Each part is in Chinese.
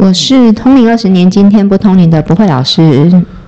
我是通灵20年，今天不通灵的不会老师。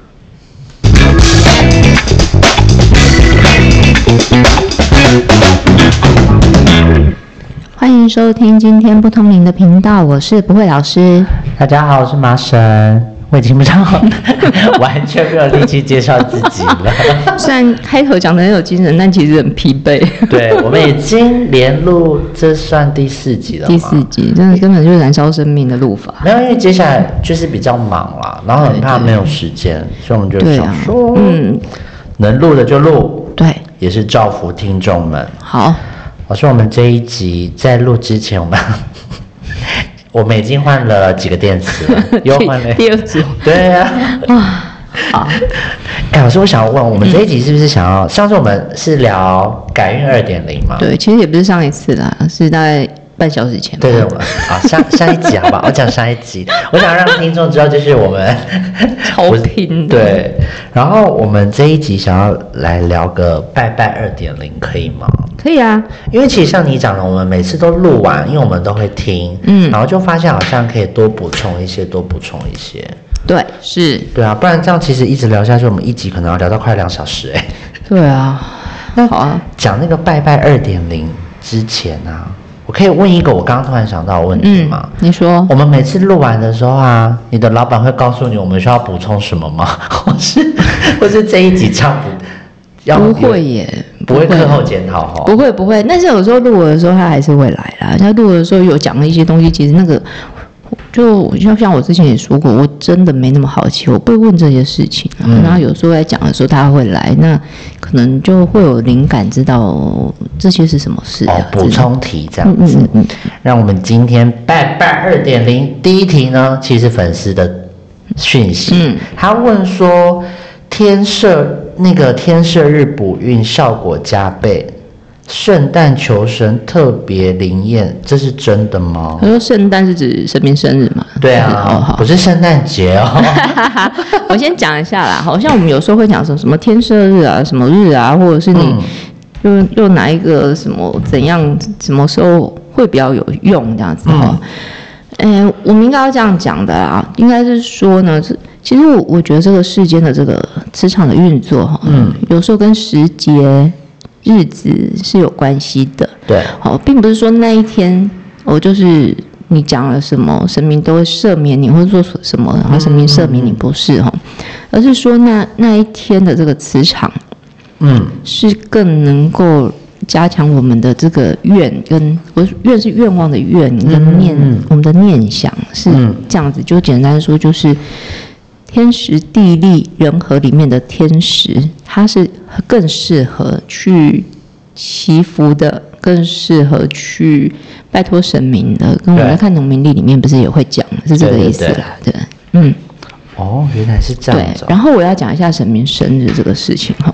欢迎收听今天不通灵的频道，我是不会老师。 大家好，我是麻神。我已经不知道完全没有力气介绍自己了。 虽然开头讲得很有精神，但其实很疲惫。 对，我们已经连录，这算第4集了吗？ 第4集，真的根本就是燃烧生命的录法。 没有，因为接下来就是比较忙啦，然后很怕没有时间，所以我们就想说，能录的就录， 对， 也是造福听众们。 好， 老师，我们这一集在录之前，我们已经换了几个电池了，又换了第2组。 对啊， 好。 老师，我想问，我们这一集是不是想要？上次我们是聊改运2.0嘛？ 对，其实也不是上一次啦，是大概半小时前。 对，上一集好不好？我讲上一集，我想让听众知道，就是我们超拼的。 对，然后我们这一集想要来聊个拜拜2.0，可以吗？ 可以啊， 因为其实像你讲的，我们每次都录完，因为我们都会听，然后就发现好像可以多补充一些。 对，是， 对啊，不然这样其实一直聊下去，我们一集可能要聊到快2小时哎。 对啊，那好啊。讲那个拜拜2.0之前啊，我可以问一个我刚刚突然想到的问题吗？ 你说。 我们每次录完的时候啊，你的老板会告诉你我们需要补充什么吗？或是这一集唱不会耶， 不会课后检讨哈？ 不会，但是有时候录的时候他还是会来啦。他录的时候有讲了一些东西，其实那个就像我之前也说过，我真的没那么好奇，我不会问这些事情然后有时候在讲的时候他会来，那可能就会有灵感，知道这些是什么事补充题这样子。让我们今天拜拜2.0第一题呢，其实粉丝的讯息，他问说天赦日补运效果加倍，圣诞求神特别灵验，这是真的吗？ 他说圣诞是指神明生日嘛？ 对啊，不是圣诞节哦。 我先讲一下啦，好像我们有时候会讲什么天赦日啊，什么日啊，或者是你又拿一个什么怎样，什么时候会比较有用这样子我们应该要这样讲的啦，应该是说呢，其实我觉得这个世间的这个磁场的运作有时候跟时节日子是有关系的。 对， 并不是说那一天就是你讲了什么，神明都会赦免你，或者做什么，然后神明赦免你，不是而是说那一天的这个磁场，是更能够加强我们的这个愿，跟愿是愿望的愿，跟念我们的念想是这样子。就简单说，就是天时地利人和里面的天时，它是更适合去祈福的，更适合去拜托神明的。跟我们在看农民历里面不是也会讲，是这个意思啦。对， 原来是这样子。 对，然后我要讲一下神明生日这个事情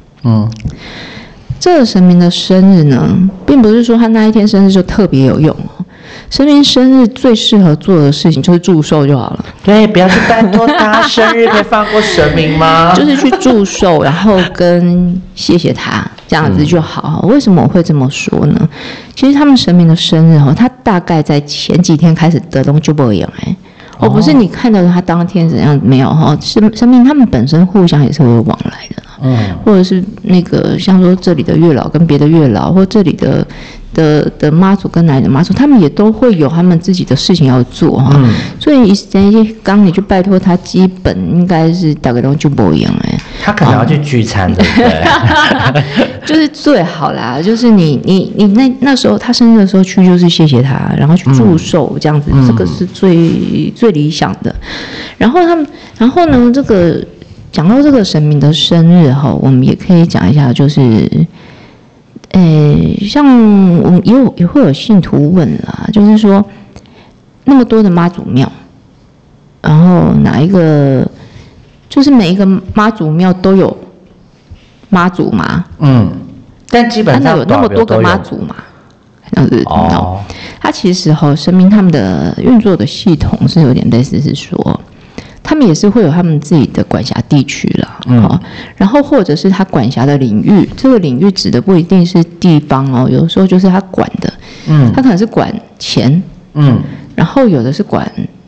这个神明的生日呢，并不是说他那一天生日就特别有用神明生日最适合做的事情就是祝寿就好了。 对，不要去拜托他生日可以放过神明吗？ 就是去祝寿，然后跟谢谢他，这样子就好。为什么我会这么说呢？其实他们神明的生日他大概在前几天开始得东就不一样不是你看到他当天怎样没有神明他们本身互相也是会往来的或者是那个像说这里的月老跟别的月老，或这里的妈祖跟哪里的妈祖，他们也都会有他们自己的事情要做所以刚你去拜托他，基本应该是大概都就不一样他可能要去聚餐，对不对？ 就是最好啦，就是你那时候他生日的时候去，就是谢谢他，然后去祝寿这样子，这个是最理想的。然后呢，这个讲到这个神明的生日我们也可以讲一下，就是像我们也会有信徒问啦，就是说那么多的妈祖庙，然后哪一个就是每一个妈祖庙都有妈祖嘛？ 但基本上有那么多个妈祖嘛？这样子它其实神明他们的运作的系统是有点类似，是说他们也是会有他们自己的管辖地区啦，然后或者是他管辖的领域，这个领域指的不一定是地方有时候就是他管的，他可能是管钱，然后有的是管土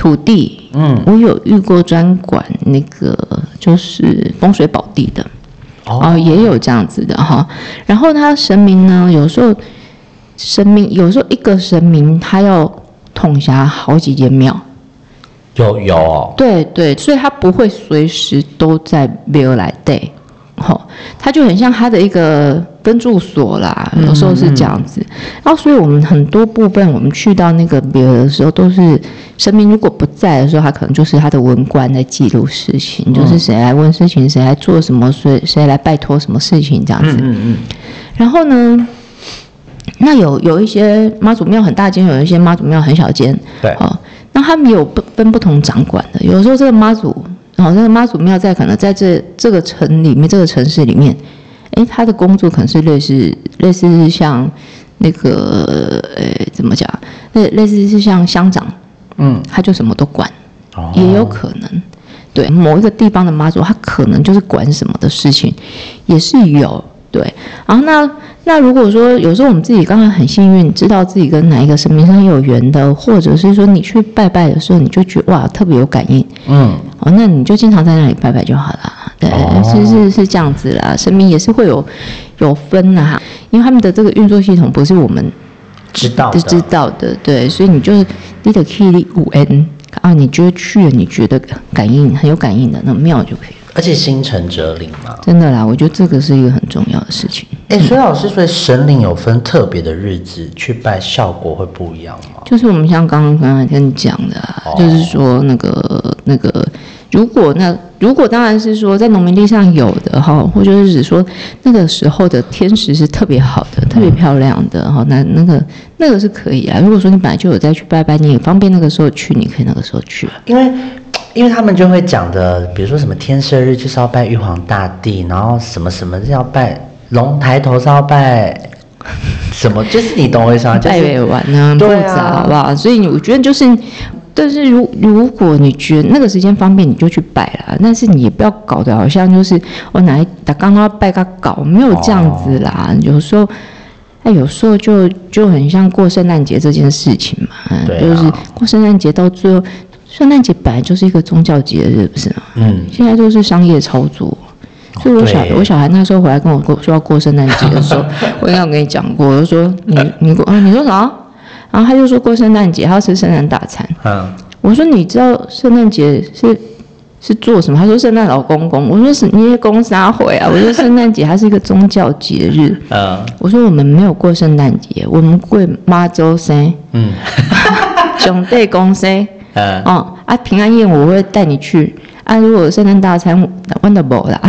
土地，我有遇过专管那个就是风水宝地的，也有这样子的哈。然后他神明呢，有时候一个神明他要统辖好几间庙， 有哦， 对，所以他不会随时都在庙内底。它就很像它的一个分驻所啦，有时候是这样子。然后，所以我们很多部分，我们去到那个庙的时候，都是神明如果不在的时候，他可能就是他的文官在记录事情，就是谁来问事情，谁来做什么，谁来拜托什么事情这样子。然后呢，那有一些妈祖庙很大间，有一些妈祖庙很小间， 对， 那他们有分不同掌管的，有时候这个妈祖。那个妈祖庙可能在这个城里面，这个城市里面，他的工作可能是类似像那个怎么讲？类似是像乡长，他就什么都管，也有可能。对，某一个地方的妈祖，他可能就是管什么的事情，也是有。对，然后那如果说有时候我们自己刚才很幸运，知道自己跟哪一个神明是很有缘的，或者是说你去拜拜的时候，你就觉得哇特别有感应，那你就经常在那里拜拜就好了。对，是这样子啦。神明也是会有分啦，因为他们的这个运作系统不是我们知道的，对，所以你就你的 key 5N 你觉得去了，你觉得感应很有感应的那庙就可以了。 而且心诚则灵嘛， 真的啦，我觉得这个是一个很重要的事情。 所以老师，所以神灵有分特别的日子去拜，效果会不一样吗？ 就是我们像刚才跟你讲的就是说那个，如果当然是说在农民历上有的哈，或者是指说那个时候的天时是特别好的、特别漂亮的哈，那个是可以啊。如果说你本来就有再去拜拜，你也方便那个时候去，你可以那个时候去。 因为他们就会讲的，比如说什么天赦日就是要拜玉皇大帝，然后什么什么是要拜龙抬头是要拜什么，就是你懂我意思吗？ 拜也完啊，复杂好不好？所以我觉得就是，但是如果你觉得那个时间方便，你就去拜啦。但是你也不要搞得好像就是我刚刚要拜个搞，没有这样子啦。有时候就很像过圣诞节这件事情嘛，就是过圣诞节到最后。圣诞节本来就是一个宗教节日，不是吗？现在就是商业操作，所以我小孩那时候回来跟我说要过圣诞节的时候，我应该有跟你讲过，我就说你说啥？然后他就说过圣诞节他要吃圣诞大餐。我说你知道圣诞节是做什么？他说圣诞老公公。我说是你也公啥会啊？我说圣诞节它是一个宗教节日。我说我们没有过圣诞节，我们过妈祖生。兄弟公生。平安夜我会带你去如果圣诞大餐我就没啦。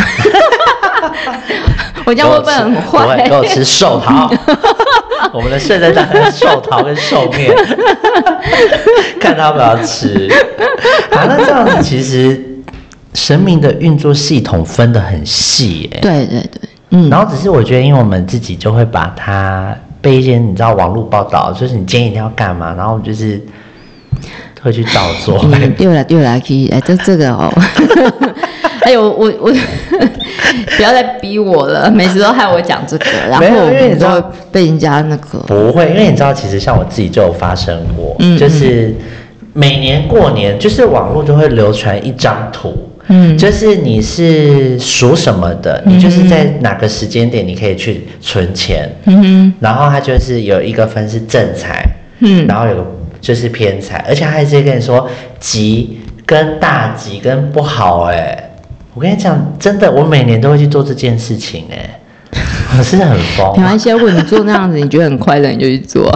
我这样会不会很坏？ 不会，给我吃寿桃。我们的圣诞大餐寿桃跟寿面，看他们要吃。那这样子其实神明的运作系统分得很细耶。 对， 然后只是我觉得，因为我们自己就会把它被一些你知道网络报道，就是你今天一定要干嘛，然后就是会去照做。 对啦，可以这个哦。还有我不要再逼我了，每次都害我讲这个，然后因为你知道被人家那个不会，因为你知道其实像我自己就有发生过，就是每年过年，就是网络就会流传一张图。就是你是属什么的，你就是在哪个时间点你可以去存钱，然后它就是有一个分是正财，然后有个就是偏财，而且他还直接跟你说吉跟大吉跟不好我跟你讲，真的，我每年都会去做这件事情我是很疯。 没关系，如果你做那样子，你觉得很快乐，你就去做。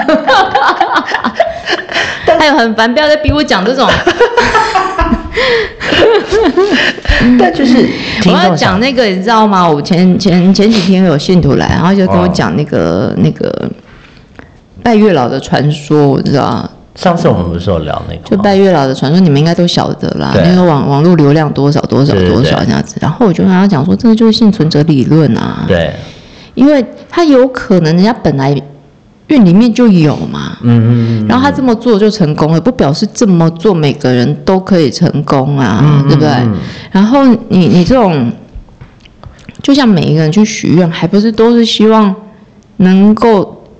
还有很烦，不要再逼我讲这种。 但就是我要讲那个，你知道吗？我前几天有信徒来，然后就跟我讲那个拜月老的传说，我知道。 上次我们不是有聊那个就拜月老的传说，你们应该都晓得啦。那个网络流量多少这样子。然后我就跟他讲说，这个就是幸存者理论啊。 对， 因为他有可能人家本来运里面就有嘛。然后他这么做就成功了，不表示这么做每个人都可以成功啊，对不对？然后你这种，就像每一个人去许愿，还不是都是希望能够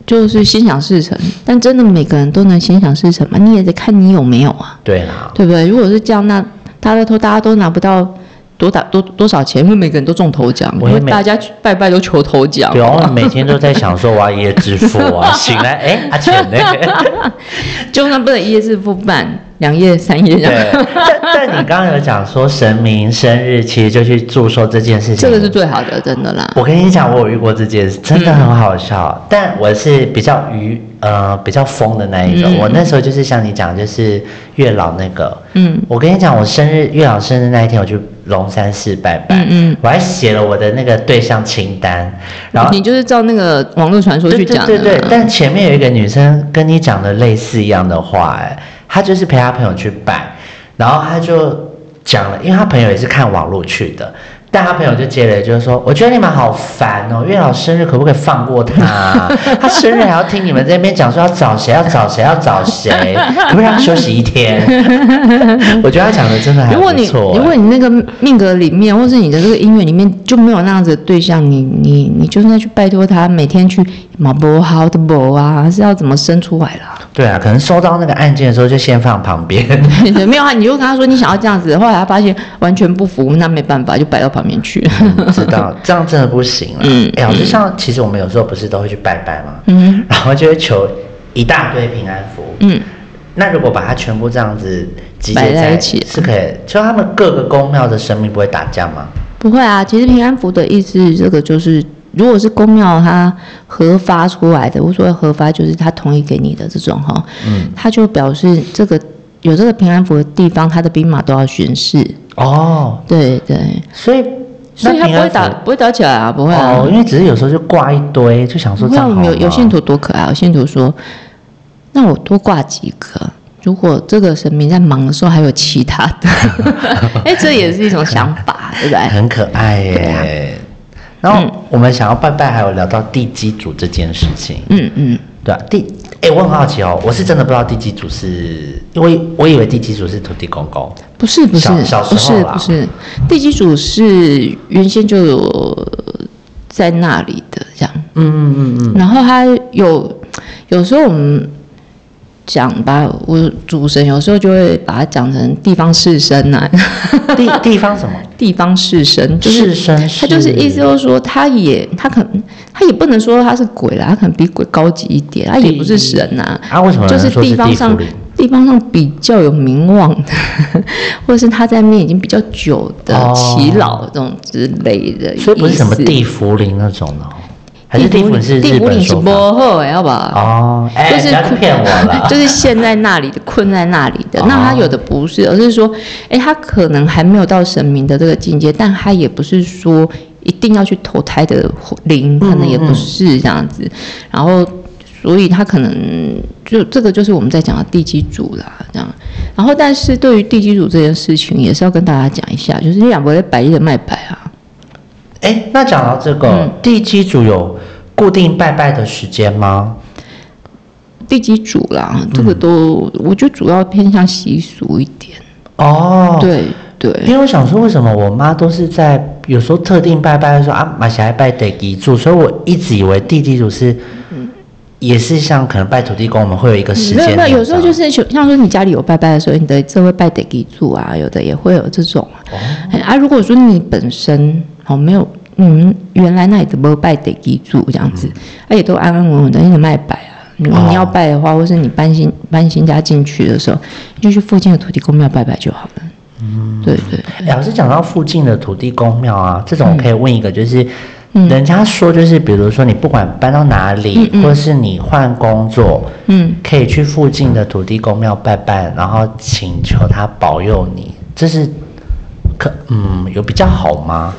就是心想事成，但真的每个人都能心想事成吗？你也得看你有没有啊。 对啦， 对不对？如果是这样，那大家都拿不到多少钱，因为每个人都中头奖，因为大家去拜拜都求头奖。 对，我每天都在想说我要一夜致富啊，醒来阿钱呢？ 就算不能一夜致富，办2夜3夜这样。 对，但你刚刚有讲说神明生日，其实就去祝寿这件事情， 这个是最好的，真的啦。 我跟你讲，我有遇过这件事，真的很好笑。但我是比较比较疯的那一种。我那时候就是像你讲，就是月老那个。我跟你讲，我月老生日那一天，我去龙山寺拜拜。我还写了我的那个对象清单。然后你就是照那个网络传说去讲的。 对。但前面有一个女生跟你讲的类似一样的话，她就是陪她朋友去拜，然后她就讲了，因为她朋友也是看网络去的。但他朋友就接了，就是说，我觉得你们好烦哦，月老生日可不可以放过他？他生日还要听你们这边讲说要找谁，可不可以让他休息1天？我觉得他讲的真的还不错。 如果你那个命格里面，或是你的这个姻缘里面就没有那样子的对象，你就算去拜托他，每天去马不好的不啊，是要怎么生出来啦？ 对啊，可能收到那个案件的时候就先放旁边。 没有啊，你就跟他说你想要这样子，后来他发现完全不符，那没办法就摆到旁边去。 知道，这样真的不行了。老师，像其实我们有时候不是都会去拜拜吗？然后就会求一大堆平安符。那如果把它全部这样子集结在一起，是可以，就他们各个宫庙的神明不会打架吗？ 不会啊，其实平安符的意思，这个就是。如果是宫庙它核发出来的，我所谓核发就是他同意给你的这种哈，他就表示这个有这个平安符的地方，他的兵马都要巡视。哦，对， 所以他不会打起来啊，不会啊。 因为只是有时候就挂一堆，就想说这样好吗？ 有信徒多可爱，有信徒说，那我多挂几个。如果这个神明在忙的时候还有其他的，这也是一种想法，对不对？ 很可爱耶。然后我们想要拜拜，还有聊到地基主这件事情。对啊，我很好奇哦，我是真的不知道地基主是，因为我以为地基主是土地公公。不是，小时候啦， 不是，地基主是原先就有在那里的这样。然后他有时候我们讲吧，我主神有时候就会把它讲成地方士绅啊。 地方什么？ 地方士绅，就是士绅， 他就是意思就是说，他也不能说他是鬼啦，他可能比鬼高级一点，他也不是神呐。 为什么就是地方上比较有名望的，或者是他在面已经比较久的耆老这种之类的。 所以不是什么地茯苓那种的。还是地茯苓是日本说法？ 不好好不好？就是骗我了， 就是陷在那里的，困在那里的。那他有的不是，而是说，他可能还没有到神明的这个境界，但他也不是说一定要去投胎的灵，可能也不是这样子。然后，所以他可能就这个就是我们在讲的地基主啦，这样。然后，但是对于地基主这件事情，也是要跟大家讲一下，就是你两个在百亿的卖摆啊。 那讲到这个，地基主有固定拜拜的时间吗？ 地基主啦，这个我觉得主要偏向习俗一点。对， 因为我想说，为什么我妈都是在有时候特定拜拜的时候马来拜地基主，所以我一直以为地基主是，也是像可能拜土地公，我们会有一个时间。 没有，有时候就是像说你家里有拜拜的时候，你的这会拜地基主啊，有的也会有这种。如果说你本身没有，原来那里怎么拜地基主这样子，也都安安稳稳的，你卖摆啊。你要拜的话，或是你搬新家进去的时候，你就去附近的土地公庙拜拜就好了。对。 老师讲到附近的土地公庙啊，这种我可以问一个，就是人家说就是比如说你不管搬到哪里，或是你换工作，可以去附近的土地公庙拜拜，然后请求他保佑你，这是有比较好吗？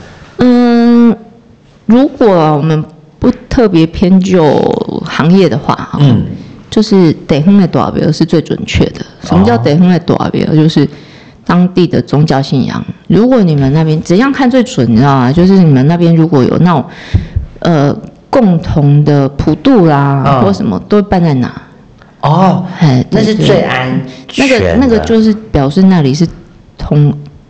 如果我们不特别偏就行业的话，就是地方的大庙是最准确的。什么叫地方的大庙？就是当地的宗教信仰。如果你们那边怎样看最准，你知道吗？就是你们那边如果有那种共同的普渡啦，或什么都办在哪？ 那是最安全的。 那个就是表示那里是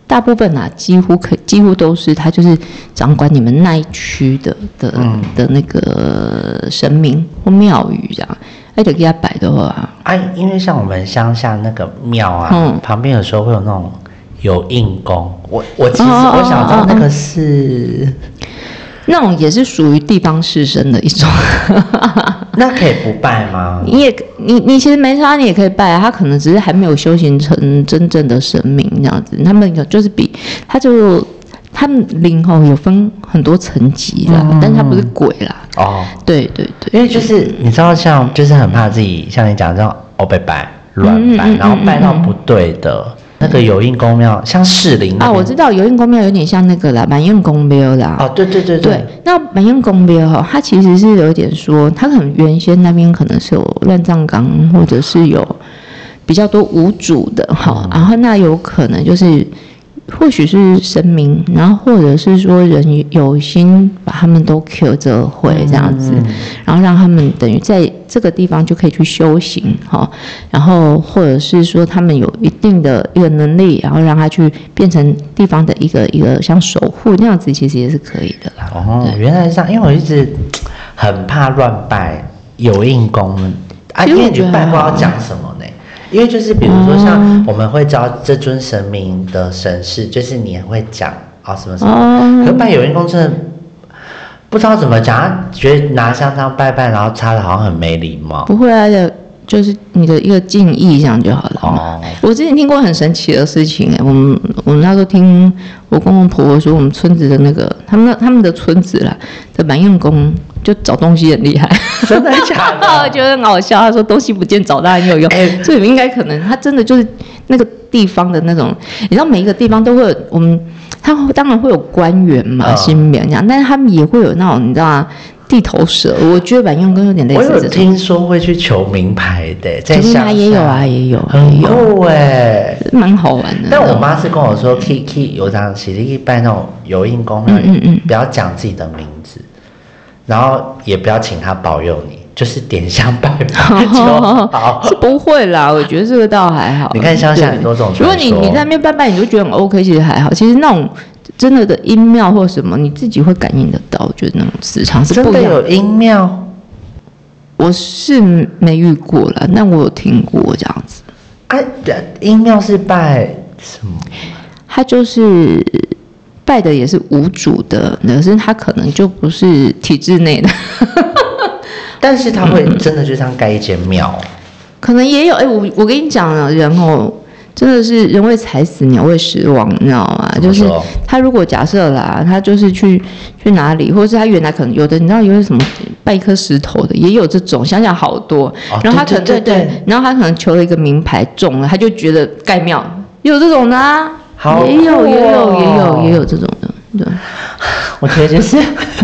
大部分几乎都是他就是掌管你们那一区的那个神明或庙宇这样。就给他摆的话， 因为像我们乡下那个庙啊，旁边有时候会有那种有印宫，我其实我想知道那个是那种也是属于地方士绅的一种， 那可以不拜吗？ 你其实没差，你也可以拜啊，他可能只是还没有修行成真正的神明这样子，他们就是他们灵有分很多层级啦，但是他不是鬼啦。对， 因为就是你知道，像就是很怕自己像你讲这种被拜乱拜，然后拜到不对的那个有印公庙，像士林我知道有印公庙有点像那个啦，满印公庙啦。 对。 那满印公庙它其实是有点说，它可能原先那边可能是有乱葬岗，或者是有比较多无主的然后那有可能就是。或许是神明，然后或者是说人有心把他们都 Q 这会这样子，然后让他们等于在这个地方就可以去修行然后或者是说他们有一定的一个能力，然后让他去变成地方的一个像守护那样子，其实也是可以的啦。 原来是这样，因为我一直很怕乱拜有印公因为你拜不知道讲什么呢。因为就是比如说像我们会教这尊神明的神事，就是你也会讲什么什么，可是拜有印公真的不知道怎么讲，他觉得拿香这拜拜，然后插的好像很没礼貌。 不会就是你的一个敬意这样就好了。我之前听过很神奇的事情我们那时候听我公公婆婆说，我们村子的那个他们的村子啦的满印公就找东西很厉害。 真的假的？ 我觉得很好笑。他说东西不见找到很有用，所以应该可能他真的就是那个地方的那种，你知道每一个地方都会有他当然会有官员嘛，新民这样，但是他们也会有那种你知道吗？地头蛇，我觉得满印公有点类似这种。 我有听说会去求名牌的，在乡下也有很酷蛮好玩的。 但我妈是跟我说，可以有张起立拜那种有印公，不要讲自己的名字，然后也不要请他保佑你，就是点香拜拜就好。 是不会啦，我觉得这个倒还好。 你看乡下很多这种传说， 如果你在那边拜拜，你就觉得很 OK， 其实还好。其实那种真的音庙或什么，你自己会感应得到。我觉得那种磁场是不一样的。 真的有音庙？ 我是没遇过啦，但我有听过这样子。 音庙是拜什么？ 他就是拜的也是无主的，可是他可能就不是体制内的。 但是他会真的就这样盖一间庙？ 可能也有。我跟你讲了，人真的是人为财死，鸟为食亡，你知道吗？就是他如果假设啦，他就是去哪里，或者是他原来可能有的，你知道有什么拜一颗石头的，也有这种，想想好多。然后他可能对，然后他可能求了一个名牌中了，他就觉得盖庙，也有这种的啊，也有这种的，对。 我觉得就是。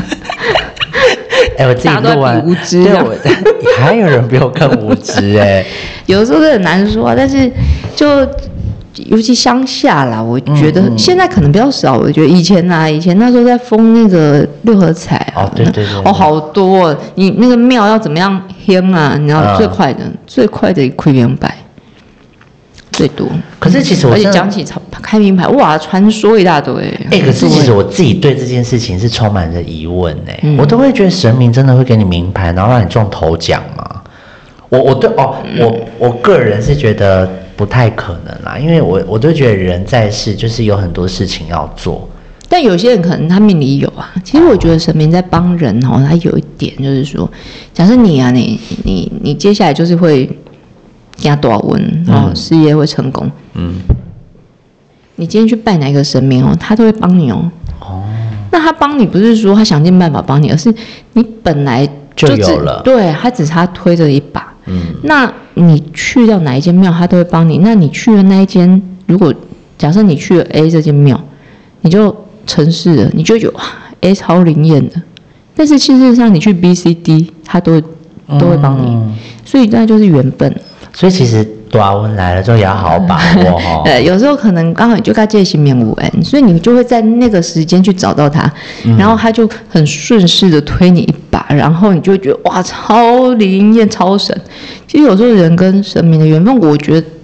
我自己录完， 无知， 还有人比我更无知有的时候是很难说但是就尤其乡下啦，我觉得现在可能比较少。我觉得以前那时候在封那个六合彩对， 好多你那个庙要怎么样香啊？你知道最快的亏200。最多， 可是其实而且讲起开名牌，哇，传说一大堆。 可是其实我自己对这件事情是充满着疑问我都会觉得神明真的会给你名牌，然后让你中头奖吗？我个人是觉得不太可能啦，因为我都觉得人在世就是有很多事情要做。 但有些人可能他命里有啊。其实我觉得神明在帮人他有一点就是说，假设你啊，你接下来就是会。给他多少温，事业会成功。你今天去拜哪一个神明他都会帮你那他帮你不是说他想尽办法帮你，而是你本来就有了，对，他只差推着一把。那你去到哪一间庙，他都会帮你。那你去了那一间，如果假设你去了 A 这间庙，你就成事了，你就觉得哇 A 超灵验的。但是事实上你去 B、C、D， 他都会帮你，所以那就是缘分。 所以其实大运来了之后也要好好把握有时候可能刚好你就跟他借新棉无恩，所以你就会在那个时间去找到他，然后他就很顺势的推你一把，然后你就会觉得哇超灵验超神。其实有时候人跟神明的缘分，我觉得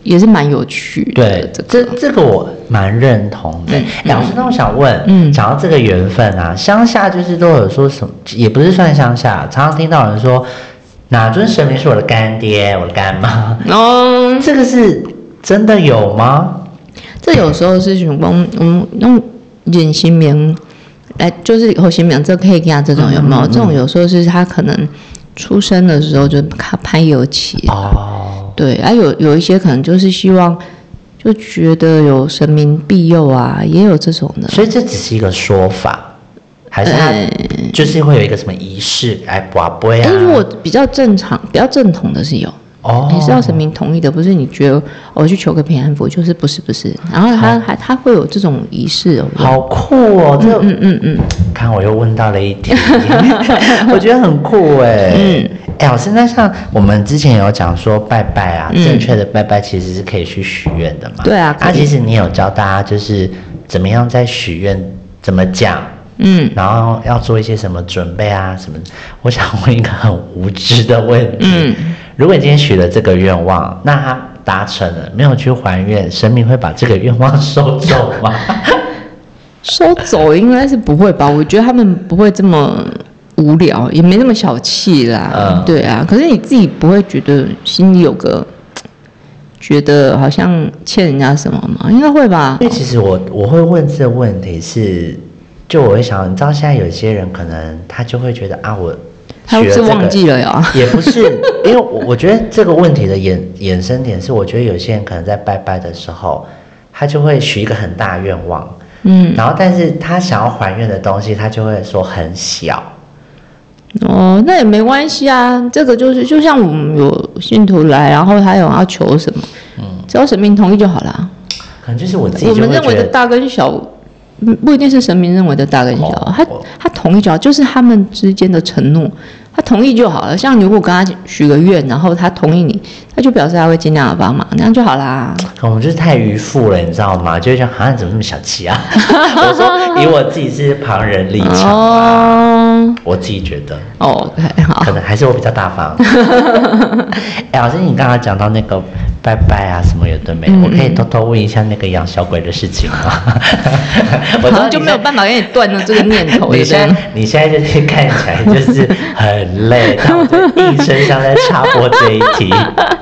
也是蛮有趣的。 对，这个我蛮认同的。老师，那我想问，讲到这个缘分啊，乡下就是都有说什么，也不是算乡下，常常听到人说哪尊神明是我的干爹、我的干妈。这个是真的有吗？ 这有时候是想讲，我们用人形名来，就是后形名这可以给他这种有没有？这种有时候是他可能出生的时候就拍油漆对，有一些可能就是希望就觉得有神明庇佑啊，也有这种的。 所以这只是一个说法，还是他就是会有一个什么仪式来拔杯啊？ 如果比较正常、比较正统的是有。也是要神明同意的，不是你觉得我去求个平安符，就是不是，然后他会有这种仪式好酷哦！这看我又问到了一题，我觉得很酷老师，那像我们之前有讲说拜拜啊，正确的拜拜其实是可以去许愿的嘛。 对啊， 其实你有教大家就是怎么样在许愿，怎么讲。然后要做一些什么准备啊什么的。我想问一个很无知的问题，如果你今天许了这个愿望，那他达成了，没有去还愿，神明会把这个愿望收走吗？ 收走应该是不会吧，我觉得他们不会这么无聊，也没那么小气啦。对啊，可是你自己不会觉得心里有个觉得好像欠人家什么吗？应该会吧。 因为其实我会问这个问题是。就我会想，你知道现在有些人可能他就会觉得我他是忘记了呀， 也不是，因为我觉得这个问题的衍生点是，我觉得有些人可能在拜拜的时候，他就会许一个很大的愿望，然后但是他想要还愿的东西，他就会说很小。 那也没关系啊，这个就像我们有信徒来，然后他有要求什么，只要神明同意就好了。 可能就是我自己就会觉得， 我们认为的大跟小。不一定是神明认为的大跟小，他同意就好，就是他们之间的承诺，他同意就好了。像你如果跟他许个愿，然后他同意你，他就表示他会尽量的帮忙，那样就好啦。 我们就是太愚妇了，你知道吗？就会觉得好像怎么那么小气啊？我说以我自己是旁人立场我自己觉得 OK 好， 可能还是我比较大方。老师，你刚刚讲到那个拜拜啊什么有的没，我可以偷偷问一下那个养小鬼的事情吗？ 我好像就没有办法跟你断了这个念头。 你现在就是看起来就是很累，但我就硬生生在插播这一题。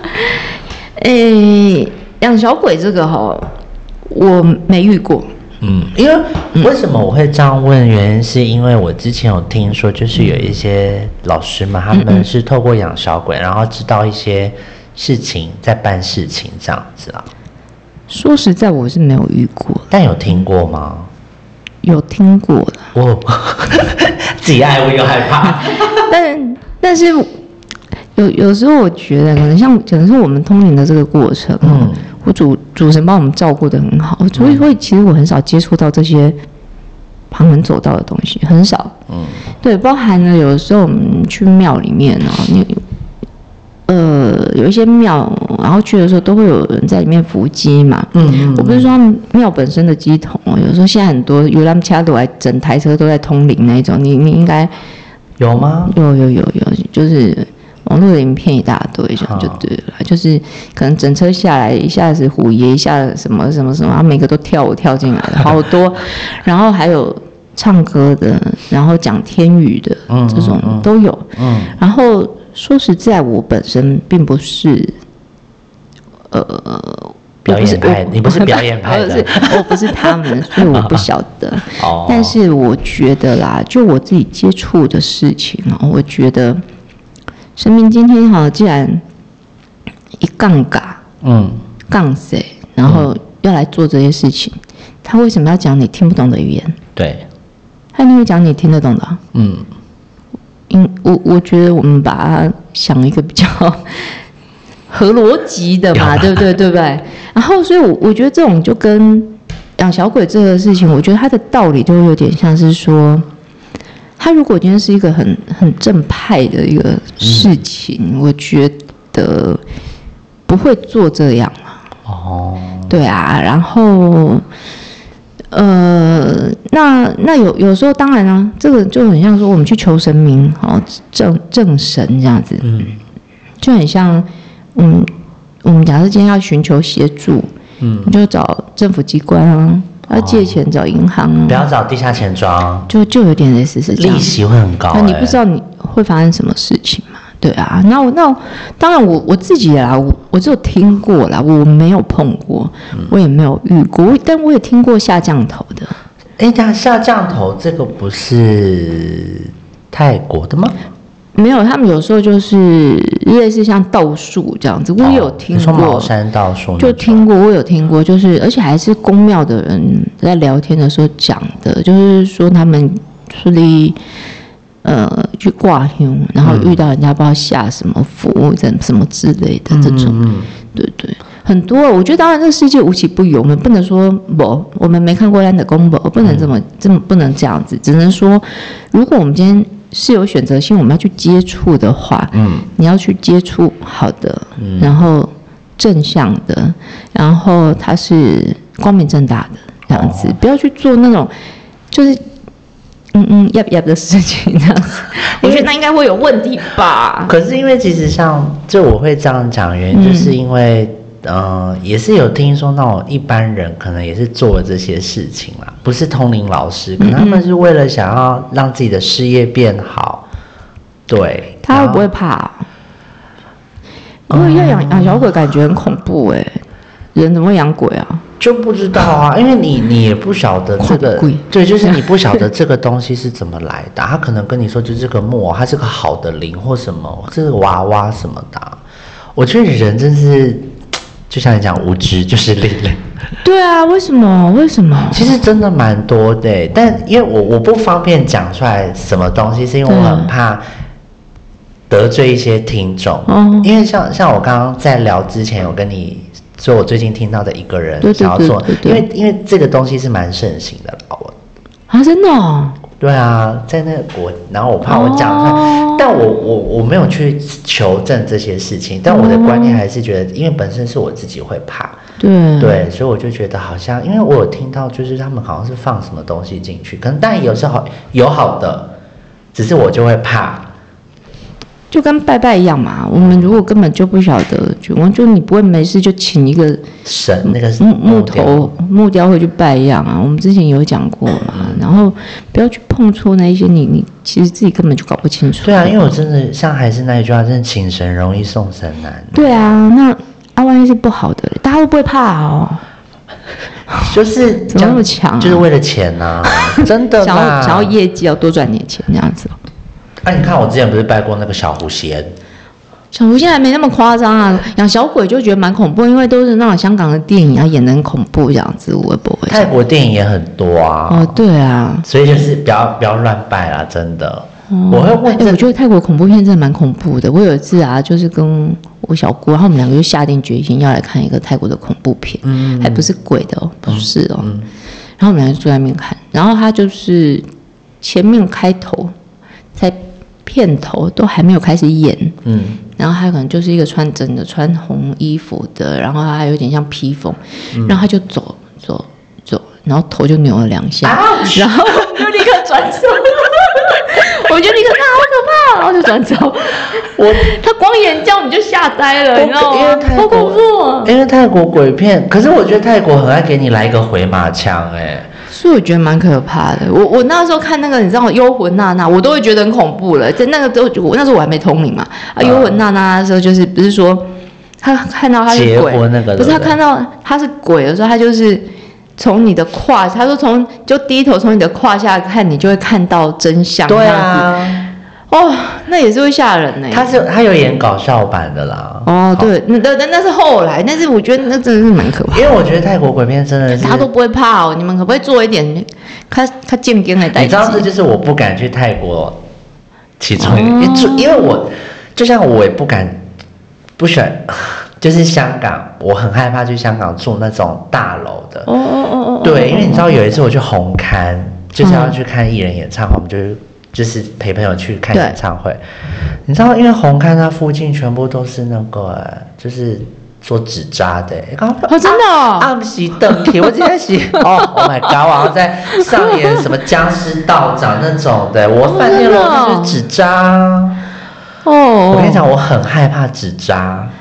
养小鬼这个我没遇过。 因为为什么我会这样问？原因是因为我之前有听说，就是有一些老师嘛，他们是透过养小鬼，然后知道一些事情，在办事情这样子啊。 说实在，我是没有遇过， 但有听过吗？ 有听过的。 自己爱我又害怕。 但是有时候我觉得，可能是我们通灵的这个过程，我主神帮我们照顾得很好，所以其实我很少接触到这些旁门走道的东西，很少。对，包含了有的时候我们去庙里面有一些庙，然后去的时候都会有人在里面伏击嘛。我不是说庙本身的乩童有时候现在很多游览车都来，整台车都在通灵那种，你应该有吗？ 有，就是网络的影片一大堆，这样就对了。就是可能整车下来，一下子虎爷，一下什么，然后每个都跳舞跳进来的好多，然后还有唱歌的，然后讲天语的，这种都有。然后说实在，我本身并不是表演派，你不是表演派的， 我不是他们，所以我不晓得。但是我觉得啦，就我自己接触的事情我觉得神明今天既然一杠嘎，杠谁，然后要来做这些事情，他为什么要讲你听不懂的语言？ 对， 他一定会讲你听得懂的。我觉得我们把它想一个比较合逻辑的嘛，对不对？然后，所以我觉得这种就跟养小鬼这个事情，我觉得它的道理就有点像是说，他如果今天是一个很正派的一个事情，我觉得不会做这样对啊，然后。那有时候当然啊，这个就很像说我们去求神明，正神这样子，就很像我们假设今天要寻求协助，你就找政府机关啊，要借钱找银行啊， 不要找地下钱庄， 就有点类似是这样， 利息会很高。 那你不知道你会发生什么事情嘛？对啊，那当然我自己啦，我只有听过啦，我没有碰过，我也没有遇过，但我也听过下降头的。 那下降头这个不是泰国的吗？ 没有，他们有时候就是类似像道术这样子，我也有听过。 你说茅山道术就听过，我有听过，就是而且还是宫庙的人在聊天的时候讲的，就是说他们出力。去挂香，然后遇到人家不知道下什么符什么之类的这种，对，很多。我觉得当然这个世界无奇不有，我们不能说我们没看过咱的公婆，不能这么不能这样子，只能说如果我们今天是有选择性，我们要去接触的话，你要去接触好的，然后正向的，然后它是光明正大的这样子，不要去做那种就是。要的事情这样子，我觉得那应该会有问题吧。 可是因为其实就我会这样讲，原因就是因为也是有听说那种一般人可能也是做了这些事情啦，不是通灵老师，可能他们是为了想要让自己的事业变好。对， 他会不会怕？因为要养小鬼感觉很恐怖人怎么会养鬼啊？ 就不知道啊，因为你也不晓得这个，对，就是你不晓得这个东西是怎么来的。他可能跟你说，就这个木偶，它是个好的灵或什么，这个娃娃什么的。我觉得人真是，就像你讲无知就是力量。 对啊，为什么？ 其实真的蛮多的，但因为我不方便讲出来什么东西，是因为我很怕得罪一些听众。因为像我刚刚在聊之前有跟你。所以我最近听到的一个人想要做，因为这个东西是蛮盛行的啦， 啊，真的哦。 对啊，在那个国，然后我怕我讲出来，但我没有去求证这些事情，但我的观念还是觉得，因为本身是我自己会怕，对，所以我就觉得好像，因为我有听到，就是他们好像是放什么东西进去，可能但有时候有好的，只是我就会怕。 就跟拜拜一样嘛，我们如果根本就不晓得，就你不会没事就请一个神那个木雕会去拜一样啊。我们之前有讲过嘛，然后不要去碰触那一些你其实自己根本就搞不清楚。 对啊，因为我真的像还是那一句话，真的请神容易送神难。 对啊，那万一是不好的，大家会不会怕哦？ 就是怎么那么强？ 就是为了钱啊，真的啦， 想要业绩，要多赚点钱这样子。 你看我之前不是拜过那个小狐仙？ 小狐仙还没那么夸张啊，养小鬼就觉得蛮恐怖，因为都是那种香港的电影演得很恐怖这样子，我也不会。 泰国电影也很多啊。 对啊， 所以就是不要乱拜啦，真的。我会问我觉得泰国恐怖片真的蛮恐怖的。我有一次啊，就是跟我小姑，然后我们两个就下定决心要来看一个泰国的恐怖片，还不是鬼的哦，不是哦。然后我们两个就坐在那边看，然后他就是前面开头在。片头都还没有开始演，然后他可能就是一个穿红衣服的，然后他有点像披风，然后他就走，然后头就扭了2下，然后就立刻转走，我就立刻看好可怕，然后就转走。他光眼叫你就吓呆了，你知道吗？好恐怖。 因为泰国鬼片，可是我觉得泰国很爱给你来一个回马枪， 所以我觉得蛮可怕的。我那时候看那个，你知道《幽魂娜娜》，我都会觉得很恐怖了。在那个时候，那时候我还没通灵嘛。幽魂娜娜的时候，就是不是说他看到他是鬼，不是他看到他是鬼的时候，他就是从你的胯，他说就低头从你的胯下看，你就会看到真相。 对啊。 那也是会吓人呢。 他有演搞笑版的啦。 对，那是后来，但是我觉得那真的是蛮可怕的。 因为我觉得泰国鬼片真的是大家都不会怕哦，你们可不可以做一点他正经的代志？ 你知道这就是我不敢去泰国其中一个，因为我就像我也不喜欢，就是香港，我很害怕去香港住那种大楼的。对，因为你知道有一次我去红磡，就是要去看艺人演唱会，我们就是陪朋友去看演唱会，你知道，因为红磡它附近全部都是那个，就是做纸扎的， 真的暗时邓皮，我今天Oh my god， 然后在上演什么僵尸道长那种的，我饭店楼就是纸扎。我跟你讲，我很害怕纸扎。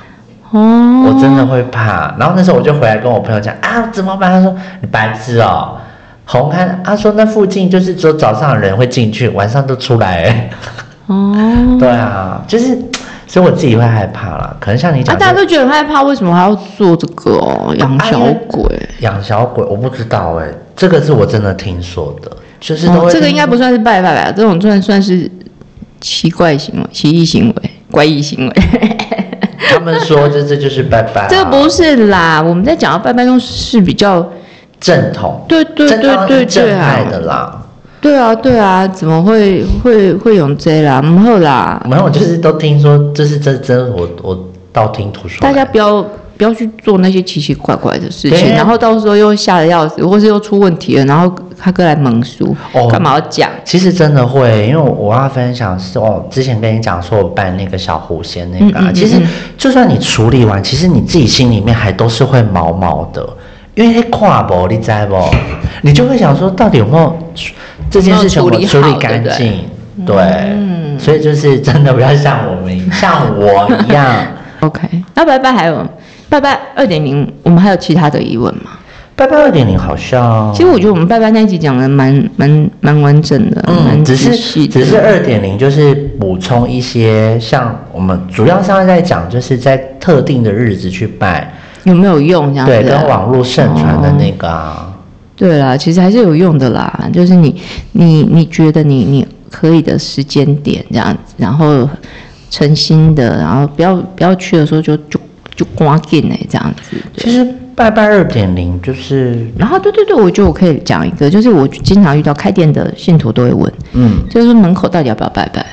哦， 我真的会怕。然后那时候我就回来跟我朋友讲啊，怎么办？他说你白痴哦，红磡，他说那附近就是只有早上的人会进去，晚上都出来。 哦， 对啊，就是，所以我自己会害怕啦。可能像你讲， 大家都觉得很害怕，为什么还要做这个哦？养小鬼， 养小鬼，我不知道哎，这个是我真的听说的，就是都会这个应该不算是拜拜吧？这种算是奇怪行为、奇异行为、怪异行为。 他们说这就是拜拜、 这个不是啦，我们在讲的拜拜都是比较正统， 对正派的啦。 对啊，怎么会用这啦？没有啦， 没有，就是都听说这是真，我道听途说。 大家不要去做那些奇奇怪怪的事情，然后到时候又吓得要死，或是又出问题了，然后他哥来蒙书，干嘛要讲？ 其实真的会，因为我要分享是之前跟你讲说我办那个小狐仙那个、其实就算你处理完，其实你自己心里面还都是会毛毛的，因为看不，你知不？你就会想说，到底有没有这件事情我处理干净？对，所以就是真的不要像我一样。 OK， 那拜拜还有拜拜2.0，我们还有其他的疑问吗？ 拜拜2.0好像， 其实我觉得我们拜拜那一集讲的蛮完整的， 只是2.0就是补充一些，像我们主要上在讲，就是在特定的日子去拜有没有用这样子、 对，跟网络盛传的那个对啦，其实还是有用的啦，就是你觉得你可以的时间点这样子，然后诚心的，然后不要去的时候就赶紧这样子。 其实拜拜2.0就是， 然后对，我觉得我可以讲一个，就是我经常遇到开店的信徒都会问，就是门口到底要不要拜拜？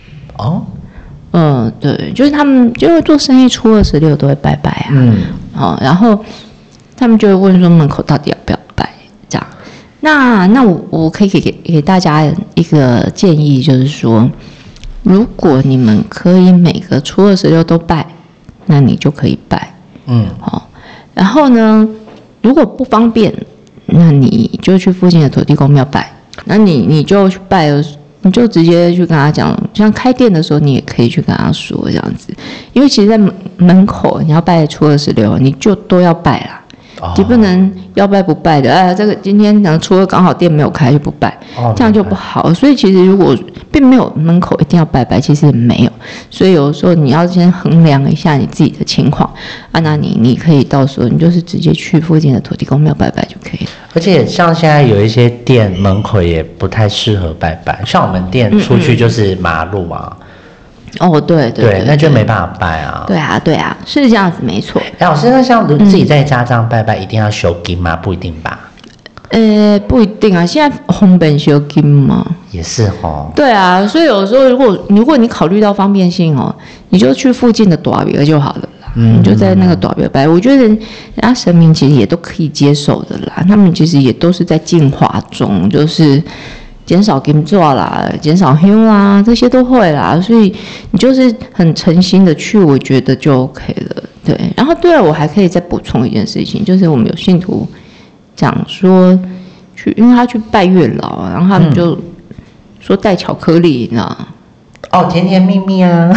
对，就是他们就会做生意，初2、16都会拜拜啊，然后他们就会问说门口到底要不要拜？这样，那我可以给大家一个建议，就是说，如果你们可以每个初2、16都拜，那你就可以拜，然后呢，如果不方便，那你就去附近的土地公庙拜，那你就去拜了。你就直接去跟他讲，像开店的时候，你也可以去跟他说这样子，因为其实，在门口你要拜初2、16，你就都要拜啦。你不能要拜不拜的，这个今天初2刚好店没有开就不拜，这样就不好。所以其实如果并没有门口一定要拜拜，其实也没有。所以有时候你要先衡量一下你自己的情况那你可以到时候你就是直接去附近的土地公庙拜拜就可以了。 而且像现在有一些店门口也不太适合拜拜，像我们店出去就是马路对，那就没办法拜啊。 对啊，是这样子，没错。 老师，那像自己在家这样拜拜，一定要修金吗？不一定吧？ 不一定啊，现在方便修金嘛。 也是对啊，所以有时候如果你考虑到方便性你就去附近的大庙就好了啦。你就在那个大庙拜，我觉得人家神明其实也都可以接受的啦。他们其实也都是在进化中，就是减少金爪啦，减少香啦，这些都会啦，所以你就是很诚心的去，我觉得就 OK 了。对，然后对了，我还可以再补充一件事情，就是我们有信徒讲说因为他去拜月老然后他们就说带巧克力，你知道吗？ 甜甜蜜蜜啊！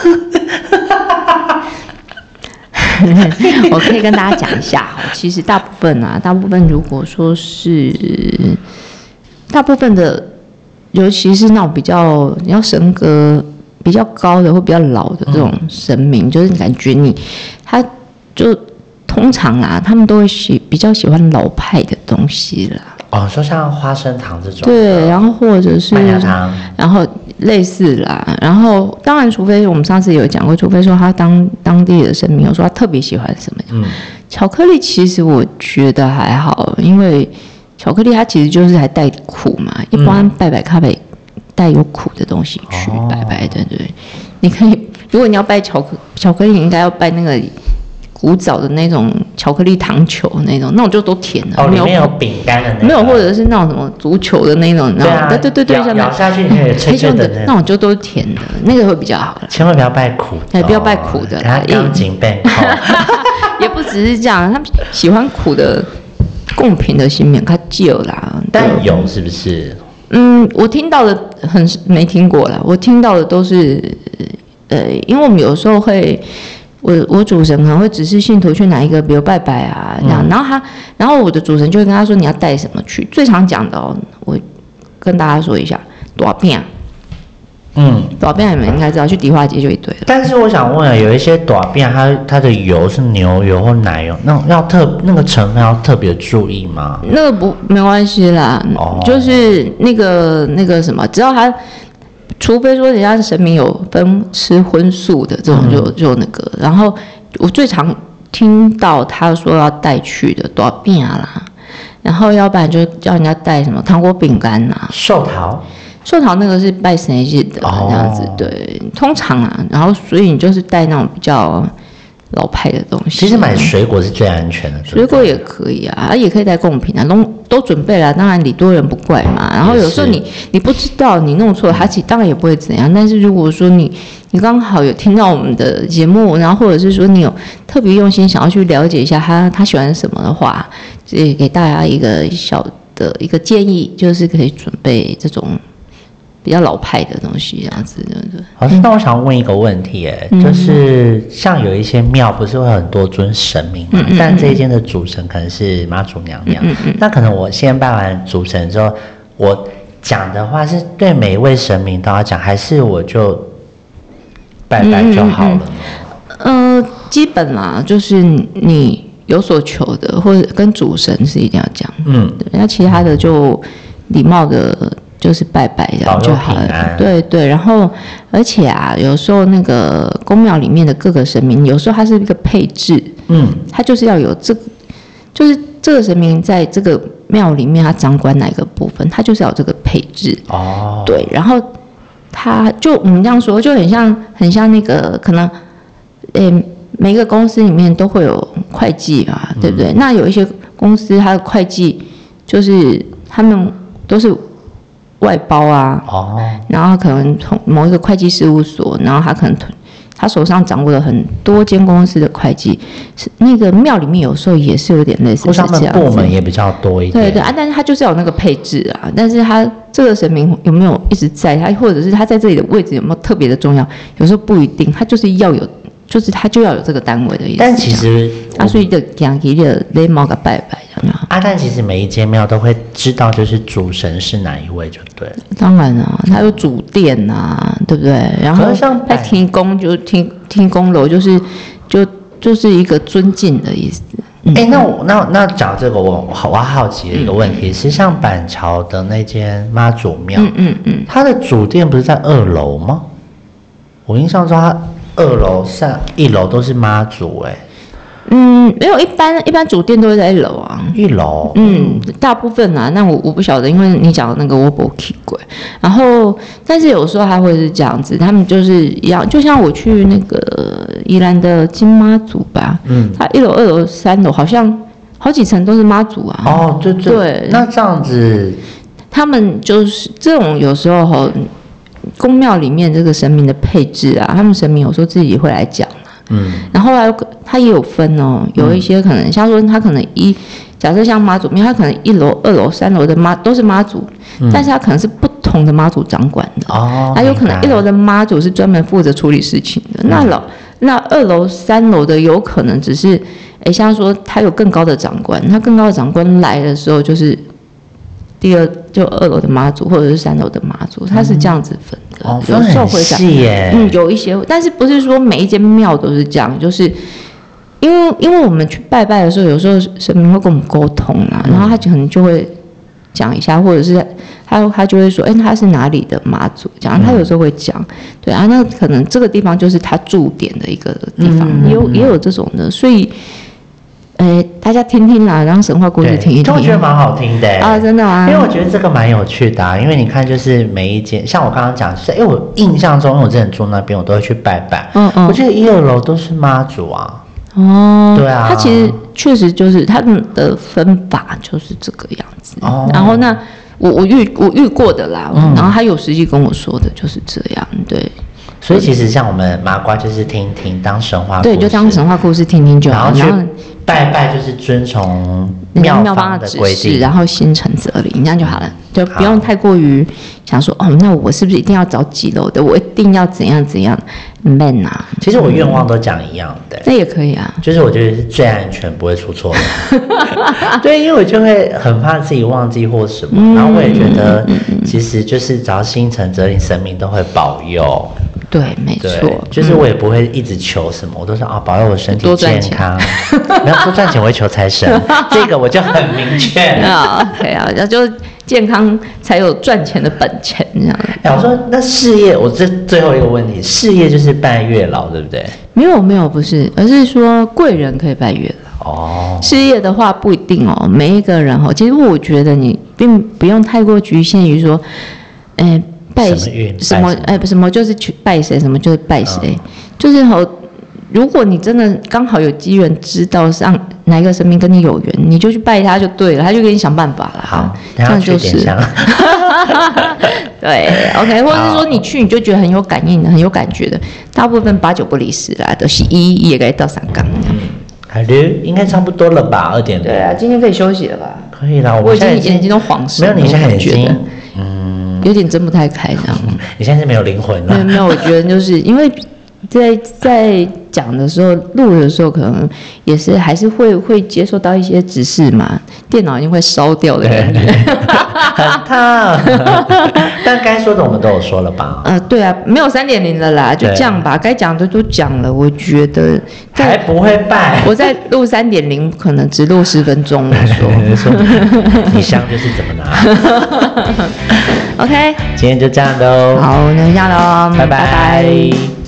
我可以跟大家讲一下其实大部分如果说是大部分的，尤其是那种比较你要神格比较高的或比较老的这种神明，就是感觉他就通常他们都会比较喜欢老派的东西啦。 说像花生糖这种， 对，然后或者是麦芽糖， 然后类似啦，然后当然，除非我们上次有讲过，除非说他当地的神明有说他特别喜欢什么，巧克力其实我觉得还好，因为巧克力它其实就是还带苦嘛，一般拜拜咖啡带有苦的东西去拜拜，对，你可以，如果你要拜巧克力，你应该要拜那个古早的那种巧克力糖球那种就都甜的， 里面有饼干的那种， 没有，或者是那种什么足球的那种，对， 咬下去你可以脆脆的那种就都是甜的，那个会比较好啦。 千万不要拜苦的， 不要拜苦的啦， 钢筋变厚。 也不只是这样，他们喜欢苦的贡品的新面较少啦， 但有是不是？ 我听到的没听过啦，我听到的都是因为我们有时候会我主神可能会指示信徒去哪一个，比如拜拜啊这样，然后我的主神就会跟他说你要带什么去。最常讲的哦，我跟大家说一下，大饼。大饼你们应该知道，去迪化街就一堆了。 但是我想问啊，有一些大饼，它的油是牛油或奶油，那个成分要特别注意吗？ 那个没关系啦，就是那个什么，只要它，除非说人家神明有分吃荤素的这种就那个。然后我最常听到他说要带去的大饼啦，然后要不然就叫人家带什么糖果饼干啊， 寿桃那个是拜神日的这样子，对，通常啊，然后所以你就是带那种比较老派的东西。 其实买水果是最安全的， 水果也可以啊，也可以带贡品啊，都准备了，当然礼多人不怪嘛。然后有时候你不知道你弄错了，他当然也不会怎样。但是如果说你刚好有听到我们的节目，然后或者是说你有特别用心想要去了解一下他喜欢什么的话，这给大家一个小的一个建议，就是可以准备这种比较老派的东西，这样子，对不对？ 老师，那我想问一个问题，就是像有一些庙不是会有很多尊神明嘛，但这一间的主神可能是妈祖娘娘，那可能我先拜完主神之后，我讲的话是对每一位神明都要讲，还是我就拜拜就好了？ 基本啦，就是你有所求的，或者跟主神是一定要讲，对，那其他的就礼貌的。就是拜拜这样就好了，对，然后而且啊，有时候那个宫庙里面的各个神明，有时候它是一个配置，它就是要有就是这个神明在这个庙里面，他掌管哪个部分，他就是要有这个配置，对，然后他就我们这样说，就很像那个可能，每个公司里面都会有会计嘛，对不对？那有一些公司它的会计就是他们都是外包啊，然后可能从某一个会计事务所，然后他手上掌握了很多间公司的会计，是那个庙里面有时候也是有点类似这样子， 他们部门也比较多一点， 对啊，但是他就是要有那个配置啊，但是他这个神明有没有一直在，他或者是他在这里的位置有没有特别的重要，有时候不一定，他就是要有。就是他就要有这个单位的意思， 但其实所以就讲起的礼貌个拜拜这样但其实每一间庙都会知道，就是主神是哪一位就对了。 当然啊，他有主殿啊，对不对？然后像在天宫就天宫楼，就是一个尊敬的意思。 那讲这个我好奇的一个问题是，像板桥的那间妈祖庙，它的主殿不是在2楼吗？我印象中它2楼、1楼都是妈祖没有，一般主殿都会在1楼啊。 1楼， 大部分啊，那我不晓得，因为你讲的那个我没去过。然后，但是有时候还会是这样子，他们就是一样，就像我去那个宜兰的金妈祖吧，它1楼、2楼、3楼好像好几层都是妈祖啊。对， 那这样子， 他们就是这种有时候宫庙里面这个神明的配置啊，他们神明有时候自己也会来讲然后他也有分有一些可能像说他可能假设像妈祖庙，他可能1楼、2楼、3楼的都是妈祖，但是他可能是不同的妈祖掌管的他有可能1楼的妈祖是专门负责处理事情的，那2楼、3楼的有可能只是像说他有更高的长官，他更高的长官来的时候就是就2楼的妈祖或者是3楼的妈祖，他是这样子分的。 有时候会这样， 有一些，但是不是说每一间庙都是这样，就是因为我们去拜拜的时候，有时候神明会跟我们沟通然后他可能就会讲一下，或者是他就会说，他是哪里的妈祖，讲他有时候会讲，对啊，那可能这个地方就是他驻点的一个地方，也有这种的，所以。大家听听啦，让神话故事听一听， 我觉得蛮好听的真的吗？ 因为我觉得这个蛮有趣的因为你看，就是每一间，像我刚刚讲，因为我印象中，因为我之前住那边，我都会去拜拜。我记得1、2楼都是妈祖啊。对啊。 它其实确实就是他们的分法就是这个样子。然后我遇过的啦，然后他有实际跟我说的就是这样，对。 所以其实像我们麻瓜就是听听当神话故事， 对，就当神话故事听听就好。 然后拜拜就是遵从妙方的规定， 然后心诚则灵，这样就好了，就不用太过于想说那我是不是一定要找几楼的，我一定要怎样怎样 man 啊。 其实我愿望都讲一样的， 那也可以啊， 就是我觉得是最安全，不会出错的。对，因为我就会很怕自己忘记或什么，然后我也觉得其实就是只要心诚则灵，神明都会保佑。 对，没错， 就是我也不会一直求什么，我都说保佑我身体健康，没有多赚钱，我会求财神，这个我就很明确啊。OK 啊，然后就健康才有赚钱的本钱这样。 我说那事业，我这最后一个问题，事业就是拜月老，对不对？ 没有，不是，而是说贵人可以拜月老。 哦， 事业的话不一定哦，每一个人其实我觉得你并不用太过局限于说，拜什么什么就是去拜谁，什么就是拜谁，就是如果你真的刚好有机缘知道上哪一个神明跟你有缘，你就去拜他就对了，他就给你想办法了。 好， 这样就是。对 ，OK， 或者是说你去你就觉得很有感应的、很有感觉的，大部分8、9不离10啦，都是也该到3缸。 好的，应该差不多了吧？2点。 对啊，今天可以休息了吧？ 可以啦， 我已经眼睛都黄色了。 没有，你现在眼睛有点睁不太开这样。 你现在是没有灵魂了。 没有，我觉得就是因为在讲的时候、录的时候，可能也是还是会接受到一些指示嘛，电脑已经会烧掉的感觉， 很烫。但该说的我们都有说了吧？ 对啊，没有3.0了啦，就这样吧，该讲的都讲了。我觉得还不会拜， 我在录3.0，可能只录10分钟。我说你香就是怎么拿。 OK， 今天就这样喽。 好，那就这样喽， 拜拜。